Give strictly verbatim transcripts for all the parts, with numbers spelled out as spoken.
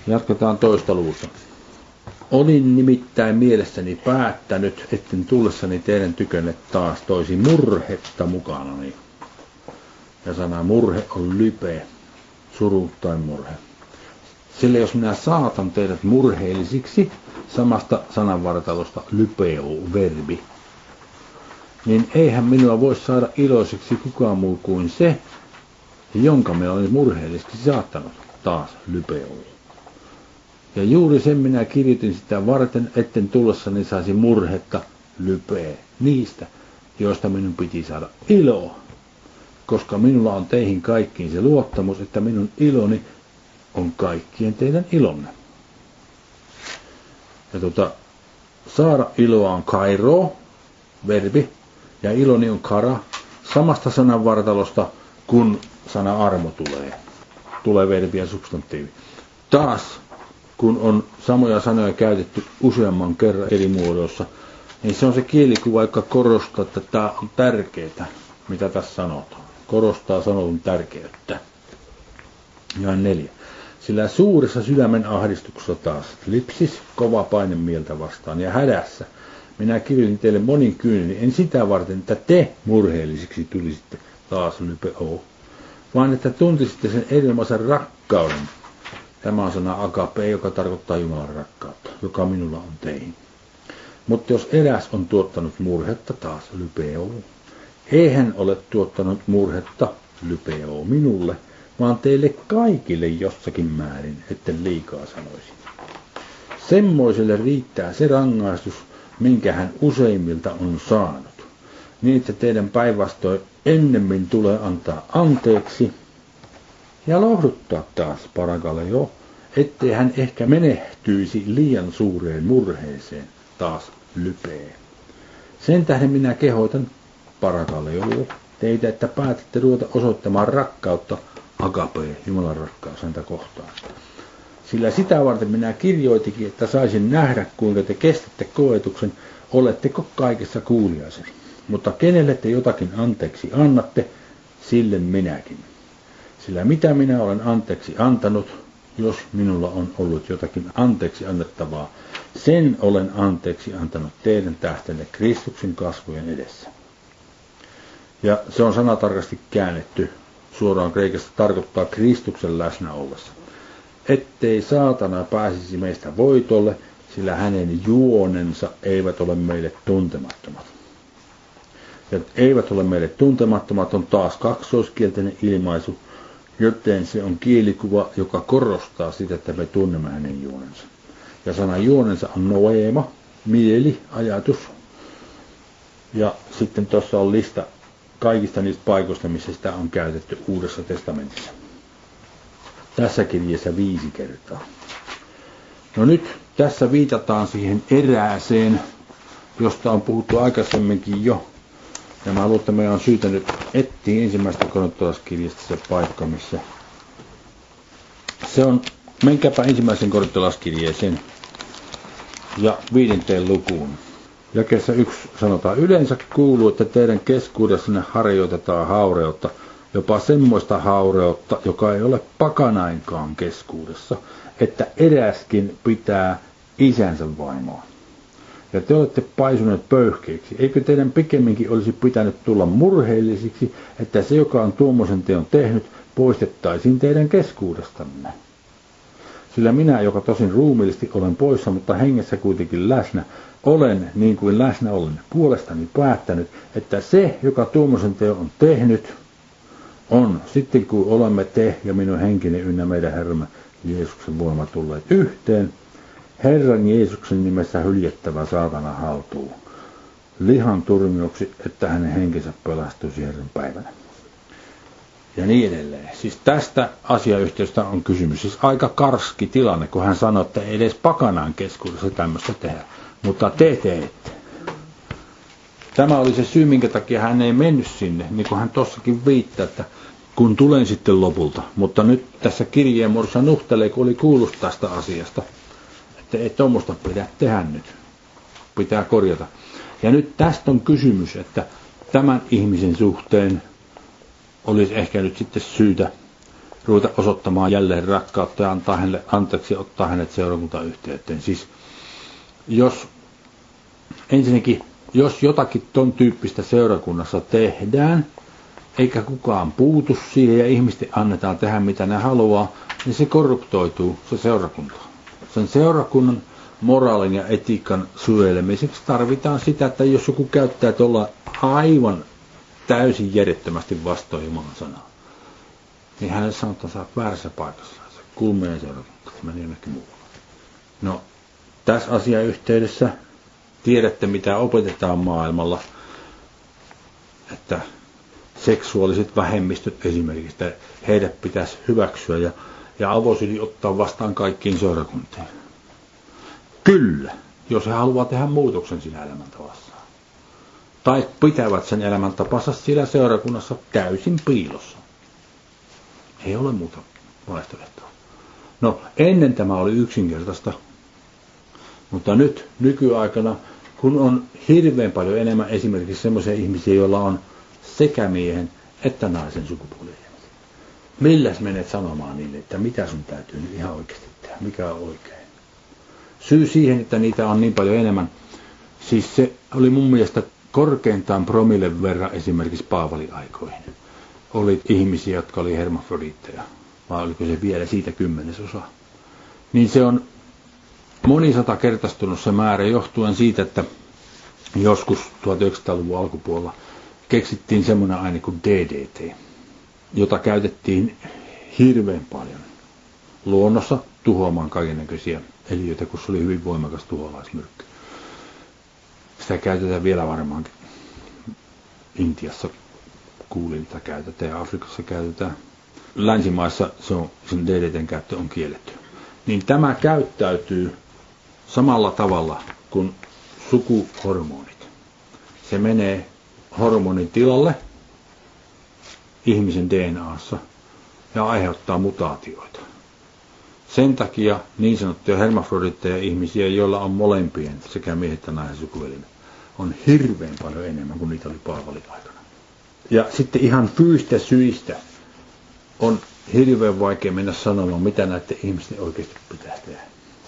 Jatketaan toista luvusta. Olin nimittäin mielessäni päättänyt, etten tullessani teidän tykönne taas toisi murhetta mukanani. Ja sana murhe on lype, suru tai murhe. Sillä jos minä saatan teidät murheellisiksi, samasta sananvartalosta lypeo, verbi, niin eihän minua voi saada iloiseksi kukaan muu kuin se, jonka minä olen murheelliseksi saattanut, taas lypeo. Ja juuri sen minä kirjoitin sitä varten, etten tullessani saisi murhetta, lypee, niistä, joista minun piti saada iloa. Koska minulla on teihin kaikkiin se luottamus, että minun iloni on kaikkien teidän ilonne. Ja tuota, saada iloa on kairo, verbi, ja iloni on kara, samasta sananvartalosta, kun sana armo tulee. Tulee verbi ja substantiivi. Taas, kun on samoja sanoja käytetty useamman kerran eri muodoissa, niin se on se kielikuva, joka korostaa, että tämä on tärkeää, mitä tässä sanotaan. Korostaa sanotun tärkeyttä. Ja neljä. Sillä suuressa sydämen ahdistuksessa taas, lipsis, kova paine mieltä vastaan ja hädässä, minä kirjoitin teille monin kyyneli, en sitä varten, että te murheellisiksi tulisitte, taas lypeo, vaan että tuntisitte sen erinomaisen rakkauden. Tämä on sana agape, joka tarkoittaa Jumalan rakkautta, joka minulla on teihin. Mutta jos eräs on tuottanut murhetta, taas lypeo, ei hän ole tuottanut murhetta, lypeo, minulle, vaan teille kaikille jossakin määrin, etten liikaa sanoisi. Semmoiselle riittää se rangaistus, minkä hän useimmilta on saanut, niin että teidän päinvastoin ennemmin tulee antaa anteeksi ja lohduttaa taas parakaleo, ettei hän ehkä menehtyisi liian suureen murheeseen, taas lypee. Sen tähden minä kehoitan parakaleo teitä, että päätätte ruveta osoittamaan rakkautta, agape, Jumalan rakkaus häntä kohtaan. Sillä sitä varten minä kirjoitikin, että saisin nähdä, kuinka te kestätte koetuksen, oletteko kaikessa kuuliaiseni. Mutta kenelle te jotakin anteeksi annatte, sille minäkin. Sillä mitä minä olen anteeksi antanut, jos minulla on ollut jotakin anteeksi annettavaa, sen olen anteeksi antanut teidän tähtenne Kristuksen kasvojen edessä. Ja se on sanatarkasti käännetty suoraan kreikasta, tarkoittaa Kristuksen läsnä ollessa. Ettei saatana pääsisi meistä voitolle, sillä hänen juonensa eivät ole meille tuntemattomat. Ja eivät ole meille tuntemattomat on taas kaksoiskielteinen ilmaisu, joten se on kielikuva, joka korostaa sitä, että me tunnemme hänen juonensa. Ja sana juonensa on noema, mieli, ajatus. Ja sitten tuossa on lista kaikista niistä paikoista, missä sitä on käytetty Uudessa testamentissa. Tässä kirjeessä viisi kertaa. No nyt tässä viitataan siihen erääseen, josta on puhuttu aikaisemminkin jo. Ja mä haluan, että meidän on syytä nyt etsiä ensimmäistä korintolaskirjasta se paikka, missä se on, menkääpä ensimmäisen korintolaskirjeeseen ja viidenteen lukuun. Jakeessa yksi sanotaan, yleensä kuuluu, että teidän keskuudessanne harjoitetaan haureutta, jopa semmoista haureutta, joka ei ole pakanainkaan keskuudessa, että eräskin pitää isänsä vaimoa. Ja te olette paisuneet pöyhkeiksi. Eikö teidän pikemminkin olisi pitänyt tulla murheellisiksi, että se, joka on tuommoisen teon tehnyt, poistettaisiin teidän keskuudestanne? Sillä minä, joka tosin ruumiillisesti olen poissa, mutta hengessä kuitenkin läsnä, olen, niin kuin läsnä olen, puolestani päättänyt, että se, joka tuommoisen teon on tehnyt, on, sitten kun olemme te ja minun henkini ynnä meidän Herramme Jeesuksen voima tulleet yhteen, Herran Jeesuksen nimessä hyljettävä saatana haltuu, lihan turmioksi, että hänen henkensä pelastuisi Herran päivänä. Ja niin edelleen. Siis tästä asiayhteydestä on kysymys. Siis aika karski tilanne, kun hän sanoi, että ei edes pakanaan keskuudessa tämmöistä tehdä. Mutta te teette. Tämä oli se syy, minkä takia hän ei mennyt sinne, niin kuin hän tossakin viittaa, että kun tulen sitten lopulta. Mutta nyt tässä kirjeen muodossa nuhtelee, kun oli kuullut tästä asiasta, että ei tuommoista pidä tehdä nyt. Pitää korjata. Ja nyt tästä on kysymys, että tämän ihmisen suhteen olisi ehkä nyt sitten syytä ruveta osoittamaan jälleen rakkautta ja antaa hänelle anteeksi ja ottaa hänet seurakuntayhteyteen. Siis jos ensinnäkin, jos jotakin ton tyyppistä seurakunnassa tehdään, eikä kukaan puutu siihen ja ihmisten annetaan tehdä mitä ne haluaa, niin se korruptoituu, se seurakunta. Sen seurakunnan moraalin ja etiikan suojelemiseksi tarvitaan sitä, että jos joku käyttää tuolla aivan täysin järjettömästi vastoin Jumalan sanaa, niin hänelle sanotaan, että sä oot väärässä paikassa. Se kulmeen seurakunta, se meni jonnekin muualle. No, tässä asiayhteydessä tiedätte, mitä opetetaan maailmalla, että seksuaaliset vähemmistöt esimerkiksi, että heidät pitäisi hyväksyä ja, ja avosyli ottaa vastaan kaikkiin seurakuntiin. Kyllä, jos he haluaa tehdä muutoksen siinä elämäntavassaan. Tai pitävät sen elämäntapansa siellä seurakunnassa täysin piilossa. Ei ole muuta vaihtoehtoa. No, ennen tämä oli yksinkertaista, mutta nyt nykyaikana, kun on hirveän paljon enemmän esimerkiksi semmoisia ihmisiä, joilla on sekä miehen että naisen sukupuoli. Milläs menet sanomaan niille, että mitä sun täytyy nyt ihan oikeasti tehdä, mikä on oikein? Syy siihen, että niitä on niin paljon enemmän, siis se oli mun mielestä korkeintaan promille verran esimerkiksi Paavalin aikoihin. Oli ihmisiä, jotka oli hermafrodiitteja, vai oliko se vielä siitä kymmenesosa. Niin se on monisatakertaistunut se määrä johtuen siitä, että joskus tuhatyhdeksänsataaluvun alkupuolella keksittiin semmoinen aine kuin D D T, jota käytettiin hirveän paljon luonnossa tuhoamaan kaikennäköisiä eliöitä, kun se oli hyvin voimakas tuholaismyrkky. Sitä käytetään vielä varmaankin. Intiassa kuulinta käytetään ja Afrikassa käytetään. Länsimaissa se on, sen D D T:n käyttö on kielletty. Niin tämä käyttäytyy samalla tavalla kuin sukuhormonit. Se menee hormonin tilalle ihmisen D N A:ssa ja aiheuttaa mutaatioita. Sen takia niin sanottuja hermafroditteja ihmisiä, joilla on molempien sekä miehet että naisen sukuelimet, on hirveän paljon enemmän kuin niitä oli Paavalin aikana. Ja sitten ihan fyysistä syistä on hirveän vaikea mennä sanomaan, mitä näiden ihmisten oikeasti pitäisi tehdä.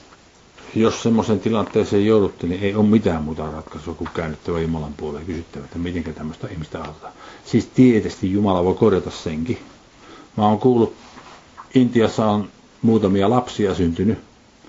Jos semmoisen tilanteeseen jouduttiin, niin ei ole mitään muuta ratkaisua kuin käännyttävä Jumalan puoleen ja kysyttävä, että miten tämmöistä ihmistä autetaan. Siis tietysti Jumala voi korjata senkin. Mä oon kuullut, Intiassa on muutamia lapsia syntynyt,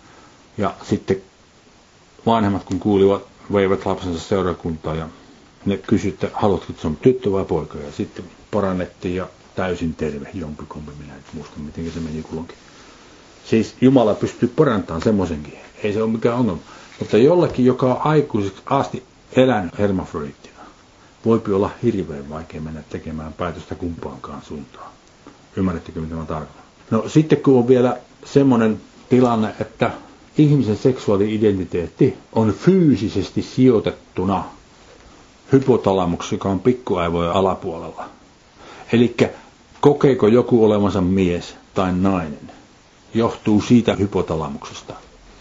ja sitten vanhemmat kun kuulivat, veivät lapsensa seurakuntaan, ja ne kysyivät, että haluatko, että se on tyttö vai poika, ja sitten parannettiin, ja täysin terve, jompikompi, minä en muista, miten se meni kulloinkin. Siis Jumala pystyy parantamaan semmoisenkin, ei se ole mikään ongelma. Mutta jollekin, joka on aikuiseksi asti elänyt hermafrodiittina, voipi olla hirveän vaikea mennä tekemään päätöstä kumpaankaan suuntaan. Ymmärrättekö, mitä mä tarkoitan? No sitten kun on vielä semmoinen tilanne, että ihmisen seksuaali-identiteetti on fyysisesti sijoitettuna hypotalamuksi, joka on pikkuaivojen alapuolella. Eli kokeeko joku olevansa mies tai nainen, johtuu siitä hypotalamuksesta.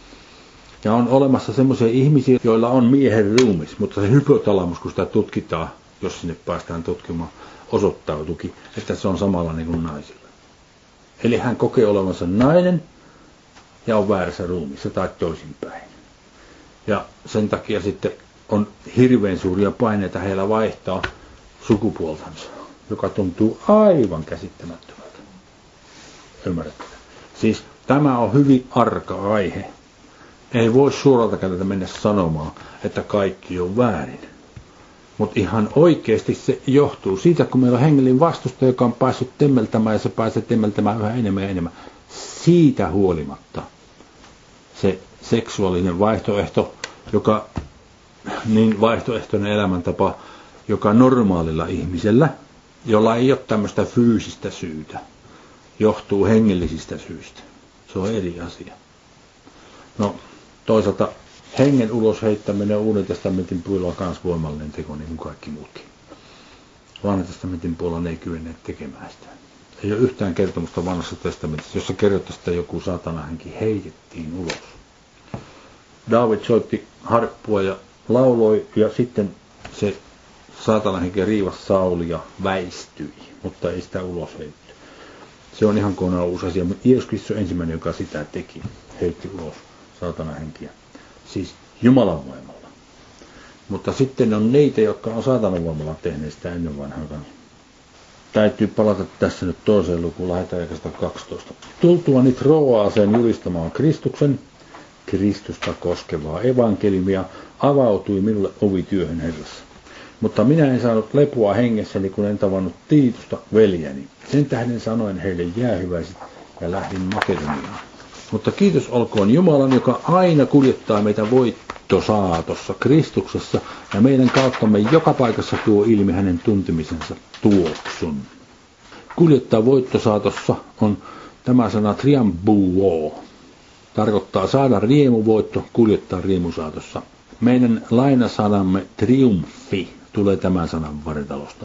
Ja on olemassa semmoisia ihmisiä, joilla on miehen ruumis, mutta se hypotalamus, kun sitä tutkitaan, jos sinne päästään tutkimaan, osoittautukin, että se on samanlainen kuin naisilla. Eli hän kokee olevansa nainen ja on väärässä ruumissa tai toisinpäin. Ja sen takia sitten on hirveän suuria paineita heillä vaihtaa sukupuoltansa, joka tuntuu aivan käsittämättömältä. Ymmärrätte? Siis tämä on hyvin arka aihe. Ei voi suoralta kädeltä mennä sanomaan, että kaikki on väärin. Mutta ihan oikeasti se johtuu siitä, kun meillä on hengellinen vastusta, joka on päässyt temmeltämään ja se pääsee temmeltämään yhä enemmän ja enemmän. Siitä huolimatta se seksuaalinen vaihtoehto, joka niin vaihtoehtoinen elämäntapa, joka normaalilla ihmisellä, jolla ei ole tämmöistä fyysistä syytä, johtuu hengellisistä syistä. Se on eri asia. No toisaalta hengen ulos heittäminen Uuden testamentin puolella on myös voimallinen teko, niin kuin kaikki muutkin. Vanhan testamentin puolella ei kyenneet tekemään sitä. Ei ole yhtään kertomusta vanhassa testamentissa, jossa kerrottaisiin, että joku saatanahenki heitettiin ulos. Daavid soitti harppua ja lauloi, ja sitten se saatanahenki riivasi Saulia väistyi, mutta ei sitä ulos heitetty. Se on ihan kokonaan uusi asia, mutta Jeesus Kristus on ensimmäinen, joka sitä teki. Heitti ulos saatana henkiä. Siis Jumalan voimalla. Mutta sitten on niitä, jotka on saatanan voimalla tehneet sitä ennen vanhaan. Täytyy palata tässä nyt toiseen lukuun, lähdetään jakasta kaksitoista. Tultuani Troaaseen julistamaan Kristuksen, Kristusta koskevaa evankeliumia, avautui minulle ovi työhön Herrassa. Mutta minä en saanut lepoa hengessäni, kun en tavannut Tiitusta veljeni. Sen tähden sanoin heille jäähyväiset ja lähdin Makedoniaan. Mutta kiitos olkoon Jumalan, joka aina kuljettaa meitä voittosaatossa Kristuksessa ja meidän kauttamme joka paikassa tuo ilmi hänen tuntemisensa tuoksun. Kuljettaa voittosaatossa on tämä sana triambuo. Tarkoittaa saada riemuvoitto, kuljettaa riemusaatossa. Meidän lainasanamme triumfi tulee tämän sanan vartalosta.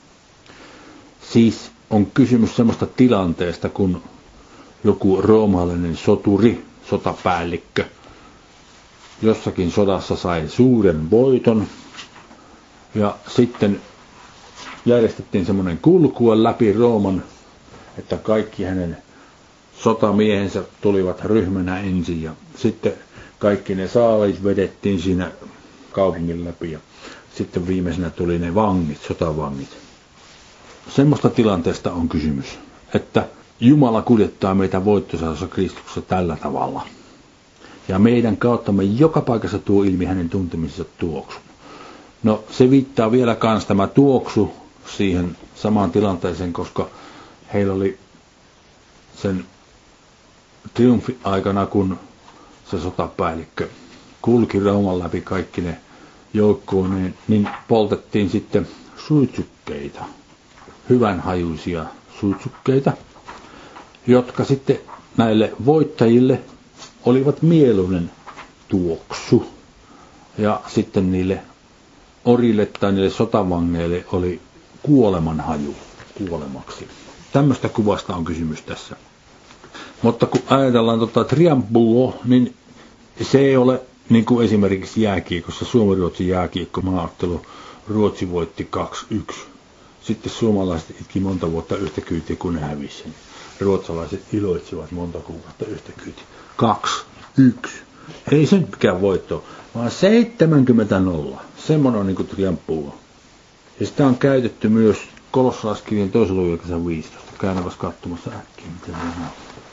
Siis on kysymys semmoista tilanteesta, kun joku roomalainen soturi, sotapäällikkö, jossakin sodassa sai suuren voiton ja sitten järjestettiin semmoinen kulkue läpi Rooman, että kaikki hänen sotamiehensä tulivat ryhmänä ensin ja sitten kaikki ne saalit vedettiin siinä kaupungin läpi ja sitten viimeisenä tuli ne vangit, sotavangit. Semmoista tilanteesta on kysymys, että Jumala kuljettaa meitä voittosaatossa Kristuksessa tällä tavalla. Ja meidän kauttamme joka paikassa tuo ilmi hänen tuntemisensa tuoksu. No se viittaa vielä kans tämä tuoksu siihen samaan tilanteeseen, koska heillä oli sen triumfi aikana, kun se sotapäällikkö kulki Rooman läpi kaikki ne joukkoineen, niin poltettiin sitten suitsukkeita, hyvänhajuisia suitsukkeita, jotka sitten näille voittajille olivat mieluinen tuoksu. Ja sitten niille orille tai niille sotavangeille oli kuolemanhaju kuolemaksi. Tämmöistä kuvasta on kysymys tässä. Mutta kun ajatellaan tota triambuo, niin se ei ole niin kuin esimerkiksi jääkiekossa, Suomi-Ruotsin jääkiekko maaottelu, Ruotsi voitti kaksi yksi. Sitten suomalaiset itki monta vuotta yhtä kyytiä, kun ne hävisi. Ruotsalaiset iloitsivat monta kuukautta yhtä kyytiä. kaksi yksi. Ei se nyt mikään voitto, vaan seitsemänkymmentä nolla. Semmoinen on niin kuin triambuo. Ja sitä on käytetty myös kolossalaiskirjan toisen luvun viisitoista. Käydäänpäs katsomassa äkkiä, miten se on.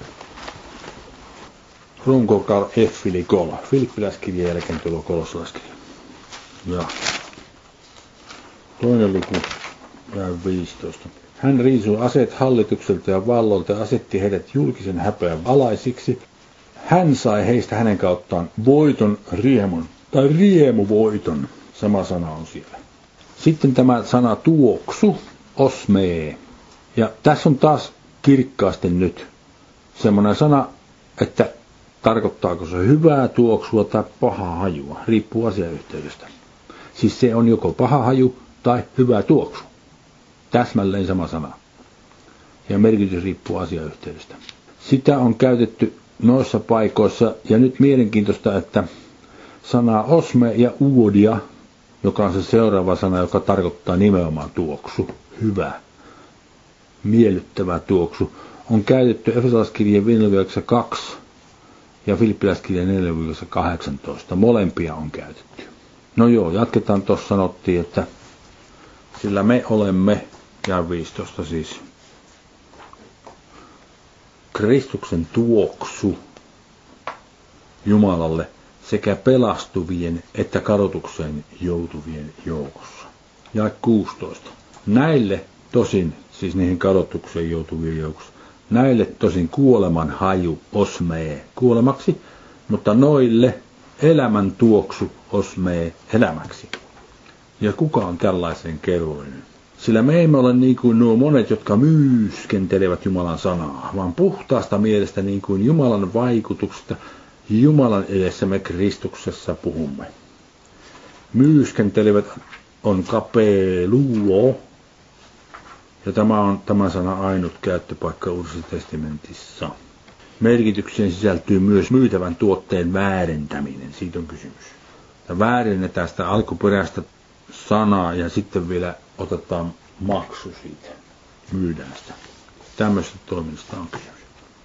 Runko Karl F. Kola. Filippiläiskirjan jälkeen tulo kolossalaiskirja. Ja toinen luku ja viisitoista. Hän riisui aseet hallitukselta ja vallolta ja asetti heidät julkisen häpeän alaisiksi. Hän sai heistä hänen kauttaan voiton riemun, tai riemuvoiton. Sama sana on siellä. Sitten tämä sana tuoksu, osmee. Ja tässä on taas kirkkaasti nyt semmoinen sana, että tarkoittaako se hyvää tuoksua tai pahaa hajua, riippuu asiayhteydestä. Siis se on joko paha haju tai hyvä tuoksu. Täsmälleen sama sana. Ja merkitys riippuu asiayhteydestä. Sitä on käytetty noissa paikoissa, ja nyt mielenkiintoista, että sanaa osme ja uodia, joka on se seuraava sana, joka tarkoittaa nimenomaan tuoksu, hyvä, miellyttävä tuoksu, on käytetty Efesolaiskirjeen neljä kaksi ja Filippiläiskirjeen neljä kahdeksantoista. Molempia on käytetty. No joo, jatketaan. Tuossa sanottiin, että sillä me olemme, ja viisitoista siis, Kristuksen tuoksu Jumalalle sekä pelastuvien että kadotukseen joutuvien joukossa. Ja kuusitoista. Näille tosin, siis niihin kadotukseen joutuvien joukossa, näille tosin kuoleman haju osmee kuolemaksi, mutta noille elämän tuoksu osmee elämäksi. Ja kuka on tällaisen kelvollinen? Sillä me emme ole niin kuin nuo monet, jotka myyskentelevät Jumalan sanaa, vaan puhtaasta mielestä niin kuin Jumalan vaikutuksesta Jumalan edessä me Kristuksessa puhumme. Myyskentelevät on kapeluo, ja tämä on tämä sana ainut käyttöpaikka Uudessa testamentissa. Merkitykseen sisältyy myös myytävän tuotteen väärentäminen, siitä on kysymys. Ja väärennetään sitä alkuperäistä sanaa ja sitten vielä otetaan maksu siitä, myydään sitä. Tämmöisestä toiminnasta on kysymys.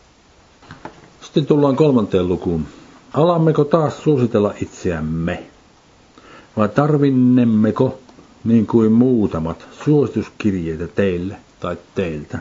Sitten tullaan kolmanteen lukuun. Alammeko taas suositella itseämme? Vai tarvinnemmeko niin kuin muutamat suosituskirjeitä teille tai teiltä?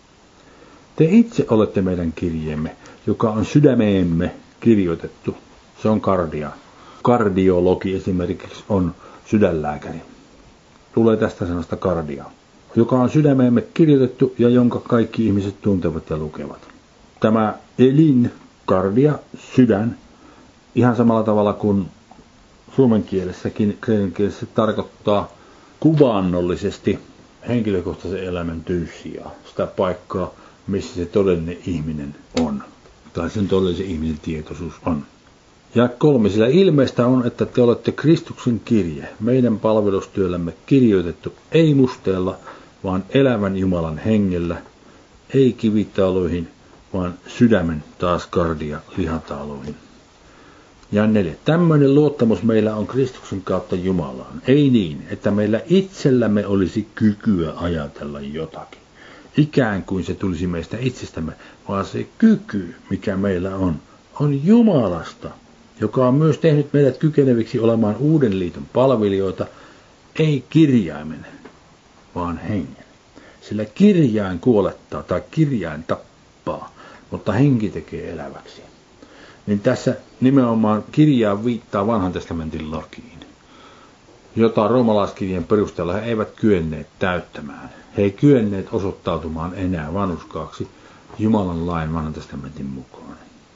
Te itse olette meidän kirjeemme, joka on sydämeemme kirjoitettu. Se on kardia. Kardiologi esimerkiksi on sydänlääkäri. Tulee tästä sanasta kardia, joka on sydämeemme kirjoitettu ja jonka kaikki ihmiset tuntevat ja lukevat. Tämä elin, kardia, sydän, ihan samalla tavalla kuin suomen kielessäkin, kreikan kielessä tarkoittaa kuvaannollisesti henkilökohtaisen elämän tyyssijaa, sitä paikkaa, missä se todellinen ihminen on, tai sen todellisen ihmisen tietoisuus on. Ja kolme, sillä ilmeistä on, että te olette Kristuksen kirje, meidän palvelustyöllämme kirjoitettu, ei musteella, vaan elävän Jumalan hengellä, ei kivitauluihin, vaan sydämen taas kardia lihatauluihin. Ja neljä, tämmöinen luottamus meillä on Kristuksen kautta Jumalaan. Ei niin, että meillä itsellämme olisi kykyä ajatella jotakin. Ikään kuin se tulisi meistä itsestämme, vaan se kyky, mikä meillä on, on Jumalasta, joka on myös tehnyt meidät kykeneviksi olemaan uuden liiton palvelijoita, ei kirjaimen, vaan hengen. Sillä kirjain kuolettaa tai kirjain tappaa, mutta henki tekee eläväksi. Niin tässä nimenomaan kirjaan viittaa vanhan testamentin lakiin, jota roomalaiskirjeen perusteella he eivät kyenneet täyttämään. He ei kyenneet osoittautumaan enää vanhurskaaksi Jumalan lain vanhan testamentin mukaan.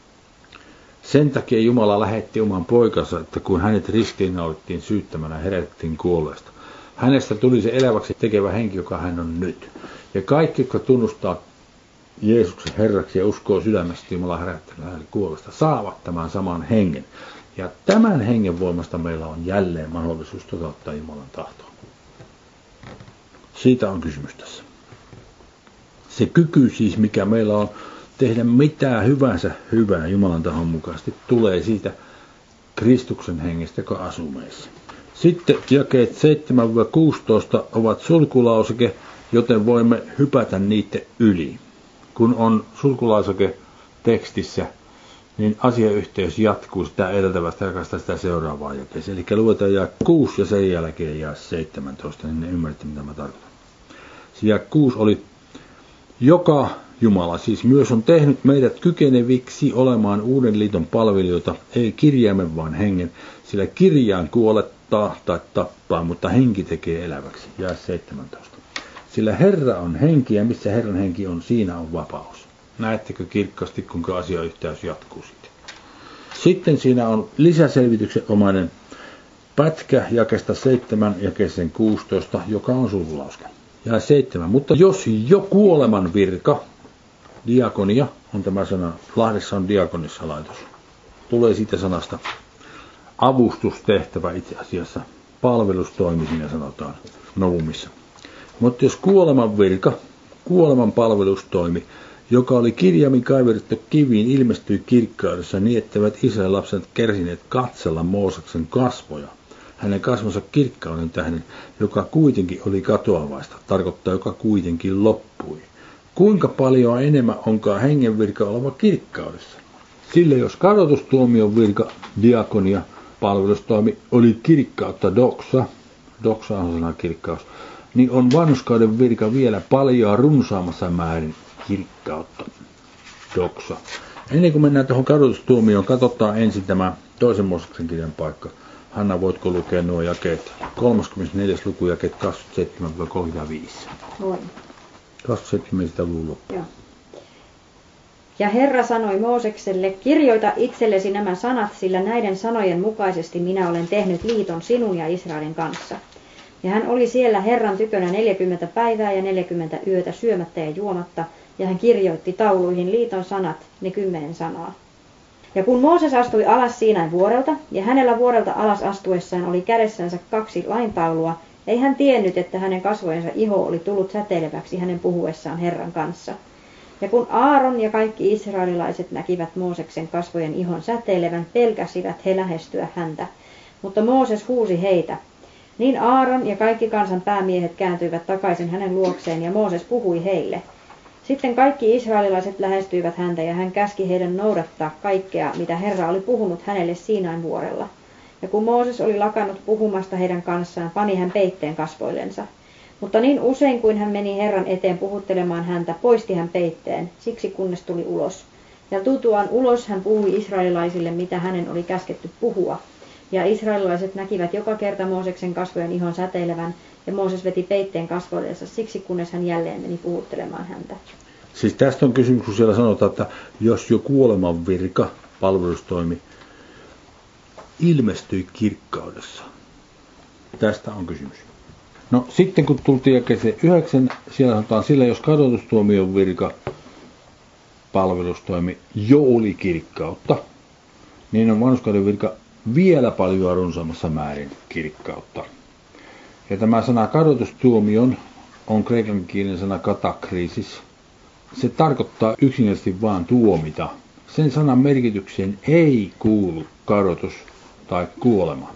Sen takia Jumala lähetti oman poikansa, että kun hänet ristiinnaulittiin syyttämänä ja herätettiin kuolleesta, hänestä tuli se eläväksi tekevä henki, joka hän on nyt. Ja kaikki, jotka tunnustaa Jeesuksen Herraksi ja uskoo sydämessä Jumalan herättänyt hänet kuolleesta, saavat tämän saman hengen. Ja tämän hengen voimasta meillä on jälleen mahdollisuus toteuttaa Jumalan tahtoa. Siitä on kysymys tässä. Se kyky siis, mikä meillä on tehdä mitään hyvänsä hyvää Jumalan tahon mukaisesti, tulee siitä Kristuksen hengestä, joka asuu meissä. Sitten jakeet seitsemän kuusitoista ovat sulkulauseke, joten voimme hypätä niiden yli. Kun on sulkulauseke tekstissä, niin asiayhteys jatkuu sitä edeltävästä ja sitä seuraavaa jakeeseen. Eli luetaan jae kuusi ja sen jälkeen jae seitsemäntoista, niin ne ymmärrätte, mitä mä tarkoitan. Se jae kuusi oli, joka Jumala siis myös on tehnyt meidät kykeneviksi olemaan uuden liiton palvelijoita, ei kirjaimen vaan hengen, sillä kirjaan kuolettaa tai tappaa, mutta henki tekee eläväksi. Jae seitsemäntoista. Sillä Herra on henki ja missä Herran henki on, siinä on vapaus. Näettekö kirkkaasti, kuinka asiayhteys jatkuu sitten. Sitten siinä on lisäselvityksen omainen pätkä jakesta seitsemän jakeeseen kuusitoista, joka on sulkulauske. Ja seitsemän. Mutta jos jo kuoleman virka, diakonia on tämä sana, Lahdessa on diakonissa laitos, tulee siitä sanasta avustustehtävä itse asiassa, palvelustoimi siinä sanotaan Novumissa. Mutta jos kuoleman virka, kuoleman palvelustoimi, joka oli kirjaimin kaiverrettu kiviin, ilmestyi kirkkaudessa niin, etteivät Israelin lapset kärsineet katsella Mooseksen kasvoja, hänen kasvonsa kirkkauden tähden, joka kuitenkin oli katoavaista, tarkoittaa joka kuitenkin loppui. Kuinka paljon enemmän onkaan hengen virka oleva kirkkaudessa? Sillä jos kadotustuomion virka, diakonia, palvelustoimi oli kirkkautta doxa, doxa on sana kirkkaus, niin on vanhurskauden virka vielä paljon runsaamassa määrin kirkkautta, doxa. Ennen kuin mennään tuohon kadotustuomioon, katsotaan ensin tämä toisen Mooseksen kirjan paikka. Hanna, voitko lukea nuo jakeet? kolmaskymmenesneljäs luku, jakeet kaksikymmentäseitsemän kolmekymmentäviisi. Voin. kaksikymmentäseitsemän sitä luvun loppu. Joo. Ja Herra sanoi Moosekselle, kirjoita itsellesi nämä sanat, sillä näiden sanojen mukaisesti minä olen tehnyt liiton sinun ja Israelin kanssa. Ja hän oli siellä Herran tykönä neljäkymmentä päivää ja neljäkymmentä yötä syömättä ja juomatta, ja hän kirjoitti tauluihin liiton sanat, ne kymmenen sanaa. Ja kun Mooses astui alas Siinain vuorelta, ja hänellä vuorelta alas astuessaan oli kädessänsä kaksi laintaulua, ei hän tiennyt, että hänen kasvojensa iho oli tullut säteileväksi hänen puhuessaan Herran kanssa. Ja kun Aaron ja kaikki israelilaiset näkivät Mooseksen kasvojen ihon säteilevän, pelkäsivät he lähestyä häntä. Mutta Mooses huusi heitä. Niin Aaron ja kaikki kansan päämiehet kääntyivät takaisin hänen luokseen, ja Mooses puhui heille. Sitten kaikki israelilaiset lähestyivät häntä ja hän käski heidän noudattaa kaikkea, mitä Herra oli puhunut hänelle Siinain vuorella. Ja kun Mooses oli lakannut puhumasta heidän kanssaan, pani hän peitteen kasvoillensa. Mutta niin usein kuin hän meni Herran eteen puhuttelemaan häntä, poisti hän peitteen, siksi kunnes tuli ulos. Ja tultuaan ulos hän puhui israelilaisille, mitä hänen oli käsketty puhua. Ja israelilaiset näkivät joka kerta Mooseksen kasvojen ihon säteilevän, ja Mooses veti peitteen kasvoillensa siksi, kunnes hän jälleen meni puhuttelemaan häntä. Siis tästä on kysymys, kun siellä sanotaan, että jos jo kuoleman virka, palvelustoimi, ilmestyi kirkkaudessa. Tästä on kysymys. No sitten kun tultiin jakeeseen yhdeksän, siellä sanotaan sillä, jos kadotustuomion virka, palvelustoimi jo oli kirkkautta, niin on vanhurskauden virka vielä paljon runsaamassa määrin kirkkautta. Ja tämä sana kadotustuomion on kreikan kielen sana katakrisis. Se tarkoittaa yksinkertaisesti vain tuomita. Sen sanan merkitykseen ei kuulu kadotus tai kuolema.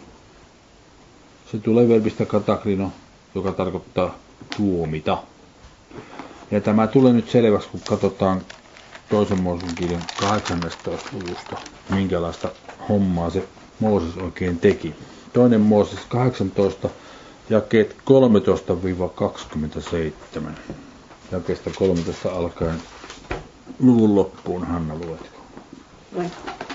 Se tulee verbistä katakrino, joka tarkoittaa tuomita. Ja tämä tulee nyt selväksi, kun katsotaan toisen Mooseksen kirjan kahdeksannestatoista luvusta, minkälaista hommaa se Mooses oikein teki. Toinen Mooses kahdeksantoista, jakeet kolmetoista kaksikymmentäseitsemän. Jakeesta kolmetoista alkaen luvun loppuun, Hanna, luetko? Luen.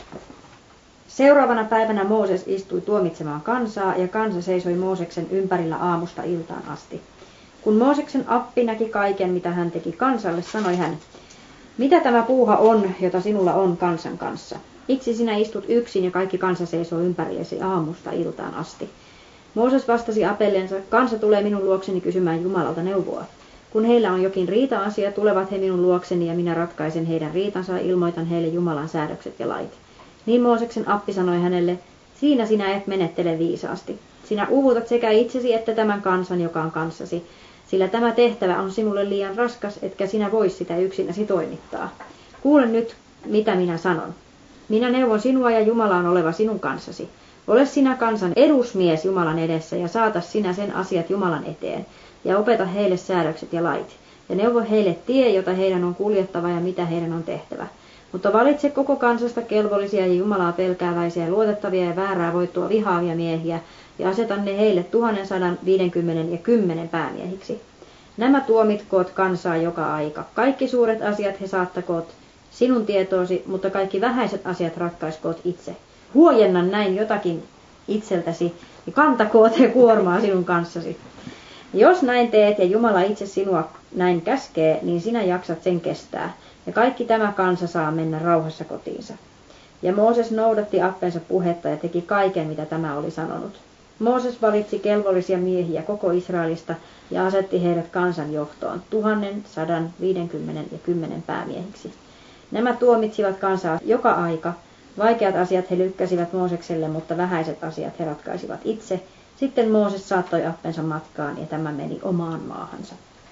Seuraavana päivänä Mooses istui tuomitsemaan kansaa, ja kansa seisoi Mooseksen ympärillä aamusta iltaan asti. Kun Mooseksen appi näki kaiken, mitä hän teki kansalle, sanoi hän, mitä tämä puuha on, jota sinulla on kansan kanssa? Miksi sinä istut yksin ja kaikki kansa seisoo ympärillesi aamusta iltaan asti? Mooses vastasi apellensa, kansa tulee minun luokseni kysymään Jumalalta neuvoa. Kun heillä on jokin riita-asia, tulevat he minun luokseni ja minä ratkaisen heidän riitansa ja ilmoitan heille Jumalan säädökset ja lait. Niin Mooseksen appi sanoi hänelle, siinä sinä et menettele viisaasti. Sinä uvutat sekä itsesi että tämän kansan, joka on kanssasi, sillä tämä tehtävä on sinulle liian raskas, etkä sinä voi sitä yksinäsi toimittaa. Kuule nyt, mitä minä sanon. Minä neuvon sinua ja Jumala on oleva sinun kanssasi. Ole sinä kansan edusmies Jumalan edessä ja saata sinä sen asiat Jumalan eteen, ja opeta heille säädökset ja lait, ja neuvo heille tie, jota heidän on kuljettava ja mitä heidän on tehtävä. Mutta valitse koko kansasta kelvollisia ja Jumalaa pelkääväisiä, luotettavia ja väärää voittua vihaavia miehiä, ja aseta ne heille tuhannen sadan viidenkymmenen ja kymmenen päämiehiksi. Nämä tuomitkoot kansaa joka aika. Kaikki suuret asiat he saattakoot sinun tietoosi, mutta kaikki vähäiset asiat ratkaiskoot itse. Huojenna näin jotakin itseltäsi, ja kantakoot he kuormaa sinun kanssasi. Jos näin teet ja Jumala itse sinua näin käskee, niin sinä jaksat sen kestää, ja kaikki tämä kansa saa mennä rauhassa kotiinsa. Ja Mooses noudatti appensa puhetta ja teki kaiken, mitä tämä oli sanonut. Mooses valitsi kelvollisia miehiä koko Israelista ja asetti heidät kansan johtoon, tuhannen, sadan, viidenkymmenen ja kymmenen päämiehiksi. Nämä tuomitsivat kansaa joka aika. Vaikeat asiat he lykkäsivät Moosekselle, mutta vähäiset asiat he ratkaisivat itse. Sitten Mooses saattoi appensa matkaan ja tämä meni omaan maahansa.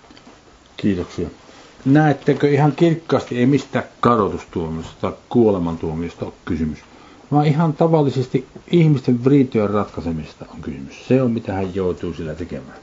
Kiitoksia. Näettekö ihan kirkkaasti, ei mistään kadotustuomiosta tai kuolemantuomiosta ole kysymys, vaan ihan tavallisesti ihmisten riitojen ratkaisemista on kysymys. Se on mitä hän joutuu sillä tekemään.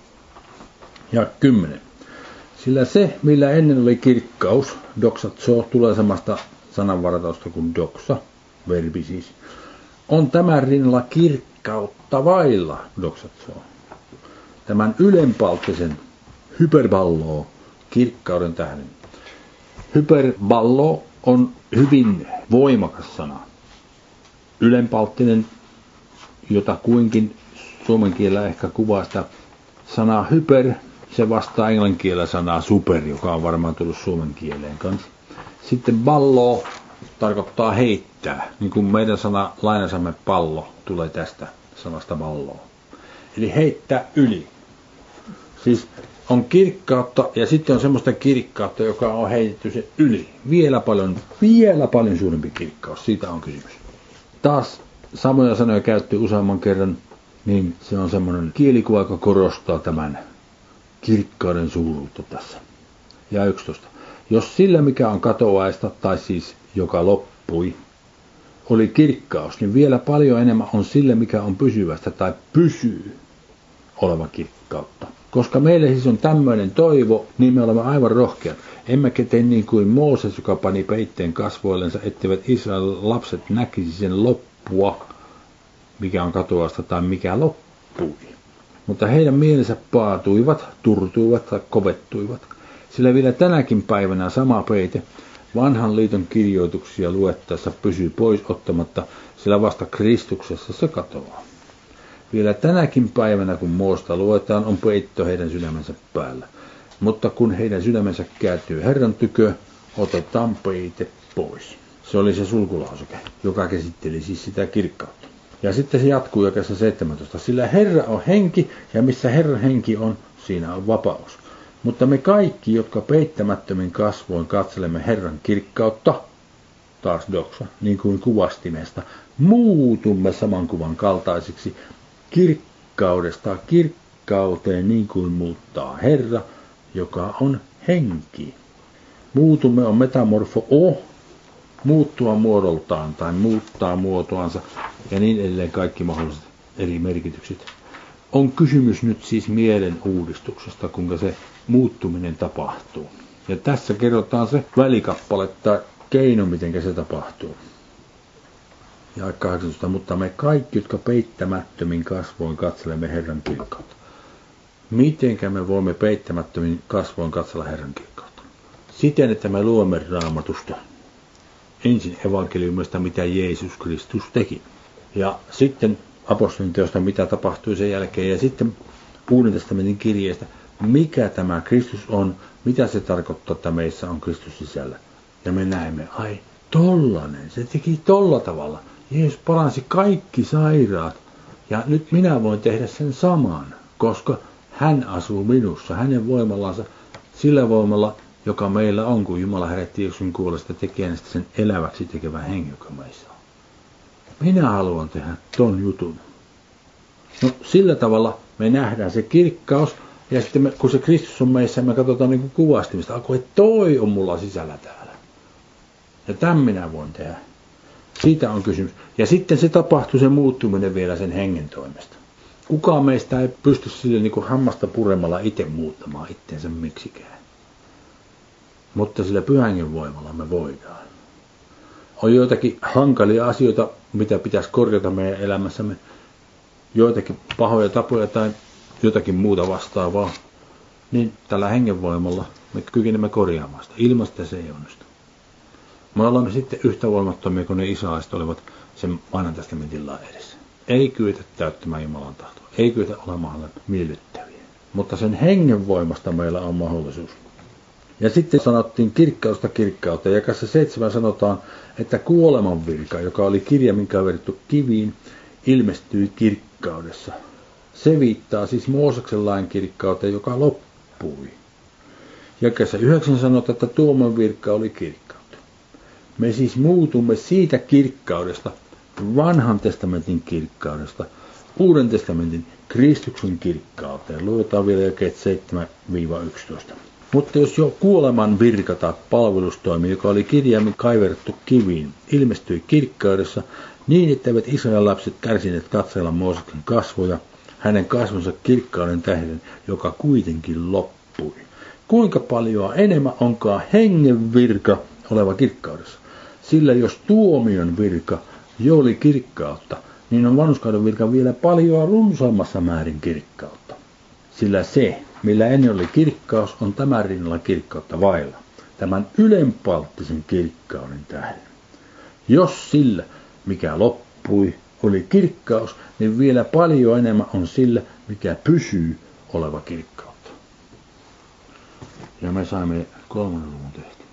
Ja kymmenen. Sillä se, millä ennen oli kirkkaus, doxatso, tulee samasta sananvaratausta kuin doxa, verbi siis, on tämän rinnalla kirkkautta vailla, doxatso. Tämän ylenpalttisen hyperballoo kirkkauden tähden. Hyperballo on hyvin voimakas sana. Ylenpalttinen, jota kuinkin suomen kielellä ehkä kuvaa sitä sanaa hyper, se vastaa englannin kielellä sanaa super, joka on varmaan tullut suomen kieleen kanssa. Sitten ballo tarkoittaa heittää, niin kuin meidän sana lainasamme pallo tulee tästä sanasta balloa. Eli heittää yli. Siis on kirkkautta ja sitten on semmoista kirkkautta, joka on heitetty se yli. Vielä paljon, vielä paljon suurempi kirkkaus, siitä on kysymys. Taas samoja sanoja käytti useamman kerran, niin se on semmoinen kielikuva, joka korostaa tämän kirkkauden suuruutta tässä. Ja yksitoista. Jos sillä, mikä on katoaista, tai siis joka loppui, oli kirkkaus, niin vielä paljon enemmän on sillä, mikä on pysyvästä tai pysyy, oleva kirkkautta. Koska meillä siis on tämmöinen toivo, niin me olemme aivan rohkeat. Emmekä tee niin kuin Mooses, joka pani peitteen kasvoillensa, etteivät Israelin lapset näkisi sen loppua, mikä on katoasta tai mikä loppui. Mutta heidän mielensä paatuivat, turtuivat tai kovettuivat. Sillä vielä tänäkin päivänä sama peite vanhan liiton kirjoituksia luettaessa pysyy pois ottamatta, sillä vasta Kristuksessa se katoaa. Vielä tänäkin päivänä, kun Moosta luetaan, on peitto heidän sydämensä päällä. Mutta kun heidän sydämensä kääntyy Herran tykö, otetaan peite pois. Se oli se sulkulauseke, joka käsitteli siis sitä kirkkautta. Ja sitten se jatkuu jakeessa seitsemäntoista. Sillä Herra on henki, ja missä Herran henki on, siinä on vapaus. Mutta me kaikki, jotka peittämättömin kasvoin katselemme Herran kirkkautta, taas doksa, niin kuin kuvastimesta, muutumme saman kuvan kaltaisiksi kirkkaudesta kirkkauteen, niin kuin muuttaa Herra, joka on henki. Muutumme on metamorfo o, muuttua muodoltaan tai muuttaa muotoansa ja niin edelleen kaikki mahdolliset eri merkitykset. On kysymys nyt siis mielen uudistuksesta, kuinka se muuttuminen tapahtuu. Ja tässä kerrotaan se välikappale tai keino, miten se tapahtuu. Ja kahdeksantoista, mutta me kaikki, jotka peittämättömin kasvoin katselemme Herran kirkkautta. Mitenkä me voimme peittämättömin kasvoin katsella Herran kirkkautta? Siten, että me luemme Raamatusta. Ensin evankeliumista, mitä Jeesus Kristus teki. Ja sitten apostolien teosta, mitä tapahtui sen jälkeen. Ja sitten Uuden testamentin kirjeestä, mikä tämä Kristus on, mitä se tarkoittaa, että meissä on Kristus sisällä. Ja me näemme, ai tollanen, se teki tolla tavalla. Jeesus paransi kaikki sairaat. Ja nyt minä voin tehdä sen saman, koska hän asuu minussa, hänen voimallansa, sillä voimalla, joka meillä on, kun Jumala herätti Jeesuksen kuolesta tekee sen eläväksi tekevän hengen, joka meissä on. Minä haluan tehdä ton jutun. No sillä tavalla me nähdään se kirkkaus, ja sitten me, kun se Kristus on meissä, me katsotaan niin kuin kuvastimista, alkoi, että toi on mulla sisällä täällä. Ja tämän minä voin tehdä. Siitä on kysymys. Ja sitten se tapahtuu se muuttuminen vielä sen hengen toimesta. Kukaan meistä ei pysty sille niin kuin hammasta puremalla itse muuttamaan itseensä miksikään. Mutta sillä pyhän hengen voimalla me voidaan. On joitakin hankalia asioita, mitä pitäisi korjata meidän elämässämme. Joitakin pahoja tapoja tai jotakin muuta vastaavaa. Niin tällä hengenvoimalla me kykenemme korjaamaan sitä. Ilman sitä se ei onnistu. Me olemme sitten yhtä voimattomia kuin ne isalaiset olivat sen vanhan testamentin lain edessä. Ei kyetä täyttämään Jumalan tahtoa. Ei kyetä olemaan miellyttäviä. Mutta sen hengen voimasta meillä on mahdollisuus. Ja sitten sanottiin kirkkausta kirkkautta. Jakassa seitsemän sanotaan, että kuoleman virka, joka oli kirja, minkä on verrattu kiviin, ilmestyi kirkkaudessa. Se viittaa siis Mooseksen lain kirkkauteen, joka loppui. Jakassa yhdeksän sanotaan, että tuoman virka oli kirkkautta. Me siis muutumme siitä kirkkaudesta, vanhan testamentin kirkkaudesta, uuden testamentin Kristuksen kirkkauteen. Luetaan vielä jakeet seitsemän yksitoista. Mutta jos jo kuoleman virka tai palvelustoimi, joka oli kirjaimin kaiverrettu kiviin, ilmestyi kirkkaudessa niin, etteivät Israelin lapset kärsineet katsella Mooseksen kasvoja, hänen kasvonsa kirkkauden tähden, joka kuitenkin loppui. Kuinka paljon enemmän onkaan hengen virka oleva kirkkaudessa? Sillä jos tuomion virka jo oli kirkkautta, niin on vanhurskauden virka vielä paljon runsaammassa määrin kirkkautta. Sillä se, millä ennen oli kirkkaus, on tämän rinnalla kirkkautta vailla, tämän ylenpalttisen kirkkauden tähden. Jos sillä, mikä loppui, oli kirkkaus, niin vielä paljon enemmän on sillä, mikä pysyy oleva kirkkautta. Ja me saimme kolmannen luvun tehty.